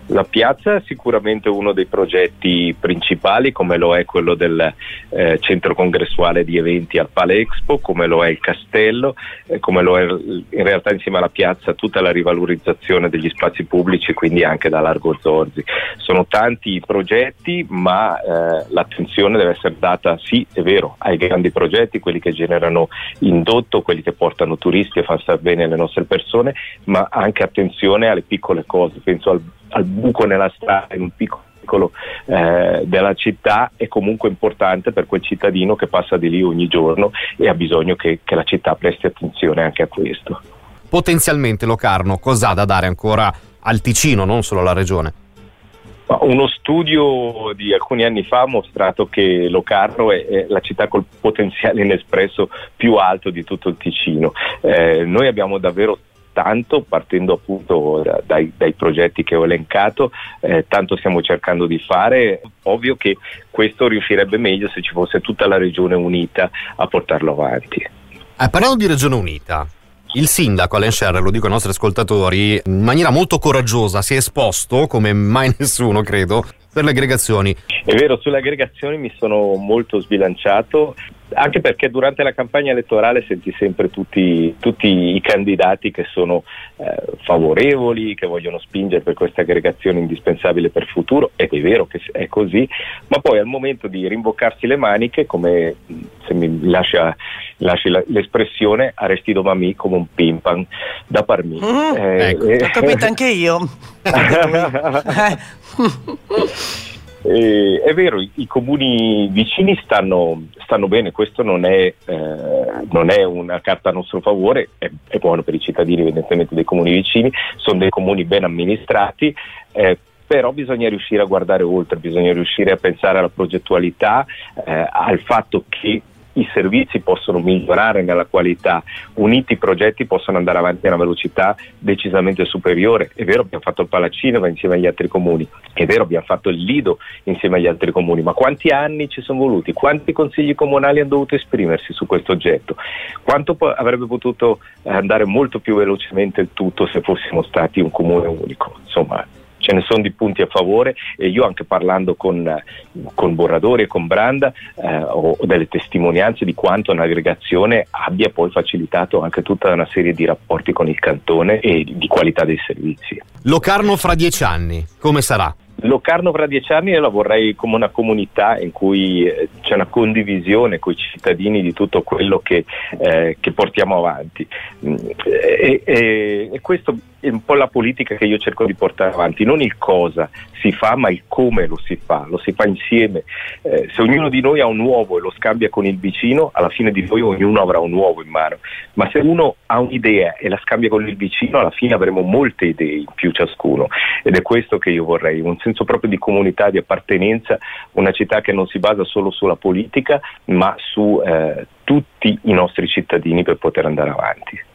La piazza è sicuramente uno dei progetti principali, come lo è quello del centro congressuale di eventi al Palexpo, come lo è il castello, come lo è in realtà insieme alla piazza tutta la rivalorizzazione degli spazi pubblici, quindi anche da Largo Zorzi. Sono tanti i progetti, ma l'attenzione deve essere data, sì, è vero, ai grandi progetti, quelli che generano indotto, quelli che portano turisti e fanno star bene le nostre persone, ma anche attenzione alle piccole cose. Penso al buco nella strada in un piccolo della città è comunque importante per quel cittadino che passa di lì ogni giorno e ha bisogno che la città presti attenzione anche a questo. Potenzialmente Locarno cos'ha da dare ancora al Ticino, non solo alla regione? Uno studio di alcuni anni fa ha mostrato che Locarno è la città col potenziale inespresso più alto di tutto il Ticino. Noi abbiamo davvero tanto, partendo appunto dai progetti che ho elencato, tanto stiamo cercando di fare. Ovvio che questo riuscirebbe meglio se ci fosse tutta la regione unita a portarlo avanti. Parlando di regione unita, il sindaco Alain Scherrer, lo dico ai nostri ascoltatori, in maniera molto coraggiosa si è esposto, come mai nessuno credo, per le aggregazioni. È vero, sulle aggregazioni mi sono molto sbilanciato, anche perché durante la campagna elettorale senti sempre tutti i candidati che sono favorevoli, che vogliono spingere per queste aggregazioni indispensabili per il futuro, ed è vero che è così, ma poi al momento di rimboccarsi le maniche, come se mi lasci l'espressione, Aristide Mamì come un pimpan da Parmì. Ecco. Ho capito anche io. È vero, i comuni vicini stanno bene, questo non è una carta a nostro favore, è buono per i cittadini evidentemente dei comuni vicini, sono dei comuni ben amministrati, però bisogna riuscire a guardare oltre, bisogna riuscire a pensare alla progettualità, al fatto che i servizi possono migliorare nella qualità, uniti i progetti possono andare avanti a una velocità decisamente superiore. È vero, abbiamo fatto il Palacinema insieme agli altri comuni, è vero, abbiamo fatto il Lido insieme agli altri comuni, ma quanti anni ci sono voluti? Quanti consigli comunali hanno dovuto esprimersi su questo oggetto? Quanto avrebbe potuto andare molto più velocemente il tutto se fossimo stati un comune unico? Insomma, ce ne sono di punti a favore, e io anche parlando con Borradori e con Branda ho delle testimonianze di quanto un'aggregazione abbia poi facilitato anche tutta una serie di rapporti con il cantone e di qualità dei servizi. Locarno fra 10 anni, come sarà? Locarno fra 10 anni io la vorrei come una comunità in cui c'è una condivisione con i cittadini di tutto quello che portiamo avanti, e questo è un po' la politica che io cerco di portare avanti, non il cosa si fa ma il come lo si fa insieme. Se ognuno di noi ha un uovo e lo scambia con il vicino, alla fine di noi ognuno avrà un uovo in mano, ma se uno ha un'idea e la scambia con il vicino, alla fine avremo molte idee in più ciascuno, ed è questo che io vorrei, un senso proprio di comunità, di appartenenza, una città che non si basa solo sulla politica ma su tutti i nostri cittadini per poter andare avanti.